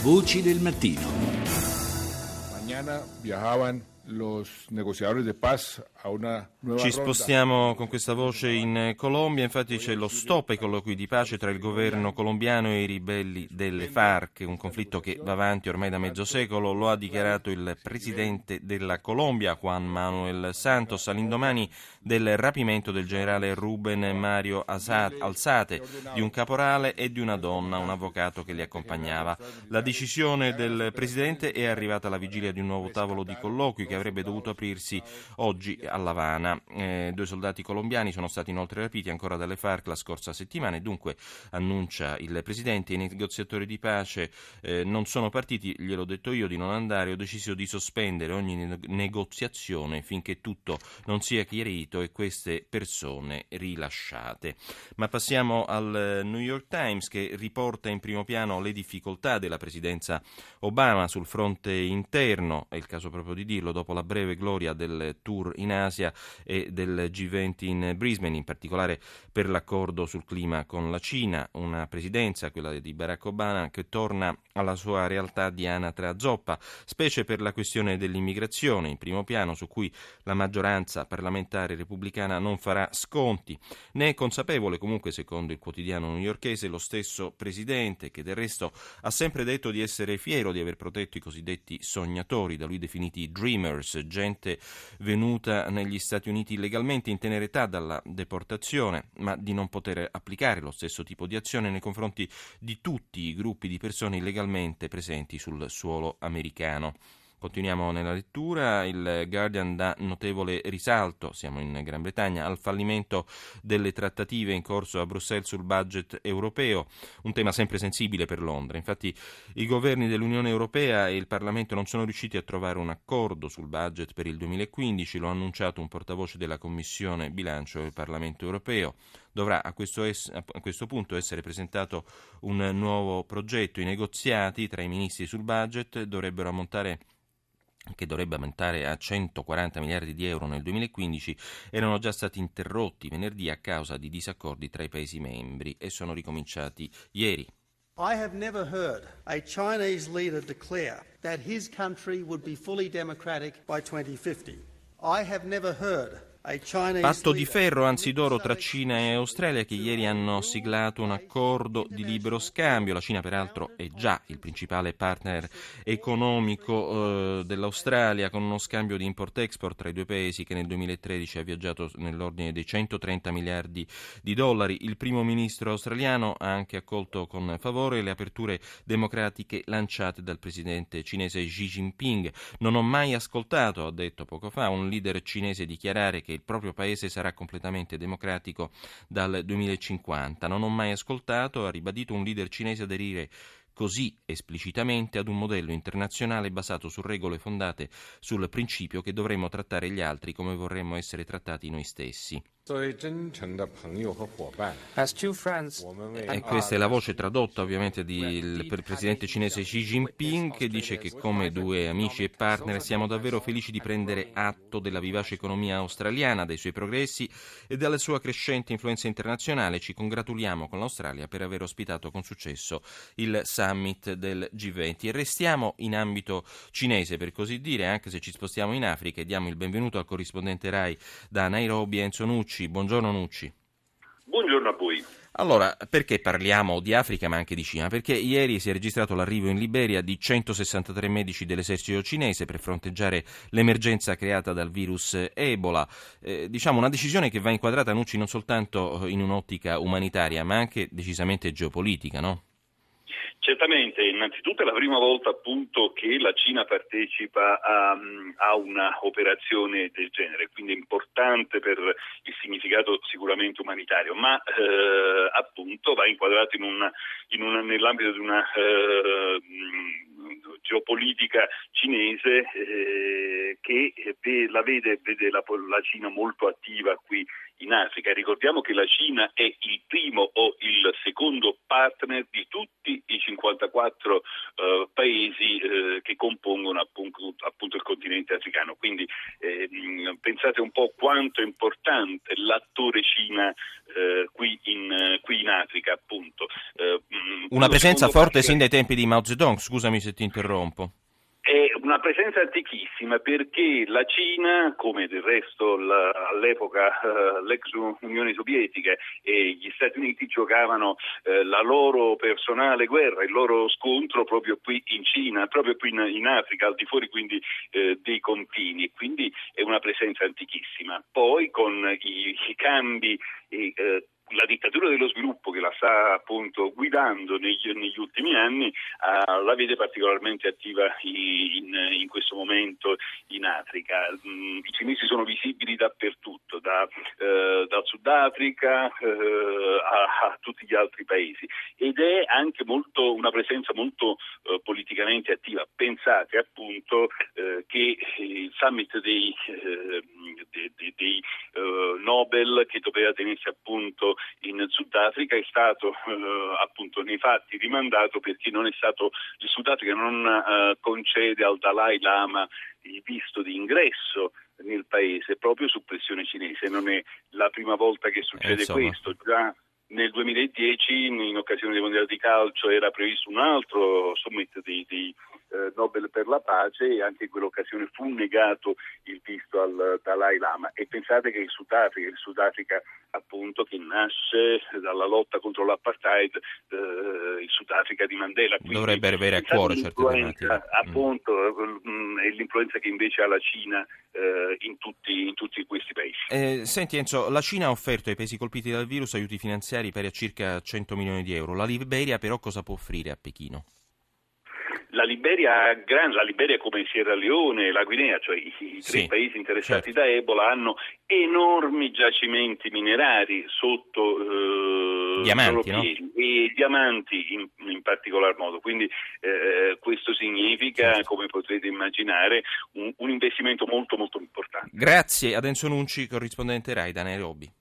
Voci del mattino. Mañana viajaban los negociadores de paz a una nuova Ci ronda. spostiamo con questa voce in Colombia, infatti c'è lo stop ai colloqui di pace tra il governo colombiano e i ribelli delle FARC, un conflitto che va avanti ormai da mezzo secolo, lo ha dichiarato il presidente della Colombia, Juan Manuel Santos, all'indomani del rapimento del generale Ruben Mario Alzate, di un caporale e di una donna, un avvocato che li accompagnava. La decisione del presidente è arrivata alla vigilia di un nuovo tavolo di colloqui che avrebbe dovuto aprirsi oggi a L'Avana. 2 soldati colombiani sono stati inoltre rapiti ancora dalle FARC la scorsa settimana e dunque, annuncia il presidente, i negoziatori di pace non sono partiti, gliel'ho detto io di non andare, ho deciso di sospendere ogni negoziazione finché tutto non sia chiarito e queste persone rilasciate. Ma passiamo al New York Times, che riporta in primo piano le difficoltà della presidenza Obama sul fronte interno, è il caso proprio di dirlo, dopo la breve gloria del tour in Asia e del G20 in Brisbane, in particolare per l'accordo sul clima con la Cina, una presidenza, quella di Barack Obama, che torna alla sua realtà di anatra zoppa, specie per la questione dell'immigrazione, in primo piano, su cui la maggioranza parlamentare repubblicana non farà sconti. Ne è consapevole comunque, secondo il quotidiano newyorkese, lo stesso presidente, che del resto ha sempre detto di essere fiero di aver protetto i cosiddetti sognatori, da lui definiti dreamers, gente venuta negli Stati Uniti illegalmente in tenera età dalla deportazione, ma di non poter applicare lo stesso tipo di azione nei confronti di tutti i gruppi di persone illegalmente presenti sul suolo americano. Continuiamo nella lettura, il Guardian dà notevole risalto, siamo in Gran Bretagna, al fallimento delle trattative in corso a Bruxelles sul budget europeo, un tema sempre sensibile per Londra. Infatti i governi dell'Unione Europea e il Parlamento non sono riusciti a trovare un accordo sul budget per il 2015, lo ha annunciato un portavoce della Commissione Bilancio del Parlamento Europeo. Dovrà a questo punto essere presentato un nuovo progetto. I negoziati tra i ministri sul budget dovrebbe aumentare a 140 miliardi di euro nel 2015, erano già stati interrotti venerdì a causa di disaccordi tra i Paesi membri e sono ricominciati ieri. I have never heard a Chinese leader declare that his country would be fully democratic by 2050. I have never heard Patto di ferro, anzi d'oro, tra Cina e Australia, che ieri hanno siglato un accordo di libero scambio. La Cina peraltro è già il principale partner economico dell'Australia, con uno scambio di import-export tra i due paesi che nel 2013 ha viaggiato nell'ordine dei 130 miliardi di dollari. Il primo ministro australiano ha anche accolto con favore le aperture democratiche lanciate dal presidente cinese Xi Jinping. Non ho mai ascoltato, ha detto poco fa, un leader cinese dichiarare che il proprio paese sarà completamente democratico dal 2050. Non ho mai ascoltato, ha ribadito, un leader cinese aderire così esplicitamente ad un modello internazionale basato su regole fondate sul principio che dovremmo trattare gli altri come vorremmo essere trattati noi stessi. E questa è la voce tradotta ovviamente del presidente cinese Xi Jinping, che dice che come due amici e partner siamo davvero felici di prendere atto della vivace economia australiana, dei suoi progressi e della sua crescente influenza internazionale. Ci congratuliamo con l'Australia per aver ospitato con successo il summit del G20 e restiamo in ambito cinese, per così dire, anche se ci spostiamo in Africa, e diamo il benvenuto al corrispondente RAI da Nairobi, Enzo Nucci. Buongiorno Nucci. Buongiorno a voi. Allora, perché parliamo di Africa ma anche di Cina? Perché ieri si è registrato l'arrivo in Liberia di 163 medici dell'esercito cinese per fronteggiare l'emergenza creata dal virus Ebola. Diciamo una decisione che va inquadrata, Nucci, non soltanto in un'ottica umanitaria ma anche decisamente geopolitica, no? Certamente, innanzitutto è la prima volta appunto che la Cina partecipa a una operazione del genere, quindi è importante per il significato sicuramente umanitario, ma appunto va inquadrato nell'ambito di una geopolitica cinese che vede la Cina molto attiva qui in Africa. Ricordiamo che la Cina è il primo o il secondo partner di tutti i 54 paesi che compongono appunto il continente africano. Quindi pensate un po' quanto è importante l'attore Cina qui in Africa, appunto. Una presenza forte sin dai tempi di Mao Zedong, scusami se ti interrompo. È una presenza antichissima perché la Cina, come del resto all'epoca l'ex Unione Sovietica e gli Stati Uniti giocavano la loro personale guerra, il loro scontro proprio qui in Cina, proprio qui in Africa, al di fuori quindi dei confini, quindi è una presenza antichissima. Poi con i cambi la dittatura dello sviluppo che la sta appunto guidando negli ultimi anni la vede particolarmente attiva in questo momento in Africa. I cinesi sono visibili dappertutto, dal Sudafrica a tutti gli altri paesi, ed è anche una presenza molto politicamente attiva. Pensate appunto che il summit dei Nobel che doveva tenersi appunto in Sudafrica è stato appunto nei fatti rimandato perché non è stato, il Sudafrica non concede al Dalai Lama il visto di ingresso nel paese proprio su pressione cinese. Non è la prima volta che succede questo. Già nel 2010, in occasione dei mondiali di calcio, era previsto un altro summit dei Nobel per la pace e anche in quell'occasione fu negato il visto al Dalai Lama. E pensate che il Sudafrica appunto che nasce dalla lotta contro l'apartheid, il Sudafrica di Mandela. Quindi, dovrebbe avere a cuore certe tematiche. Appunto, è l'influenza che invece ha la Cina in tutti questi paesi. Senti Enzo, la Cina ha offerto ai paesi colpiti dal virus aiuti finanziari pari a circa 100 milioni di euro. La Liberia però cosa può offrire a Pechino? La Liberia come Sierra Leone e la Guinea, cioè i tre paesi interessati da Ebola, hanno enormi giacimenti minerari sotto diamanti, i loro piedi, e diamanti in particolar modo. Quindi questo significa, come potrete immaginare, un investimento molto molto importante. Grazie ad Enzo Nunci, corrispondente Rai da Nairobi.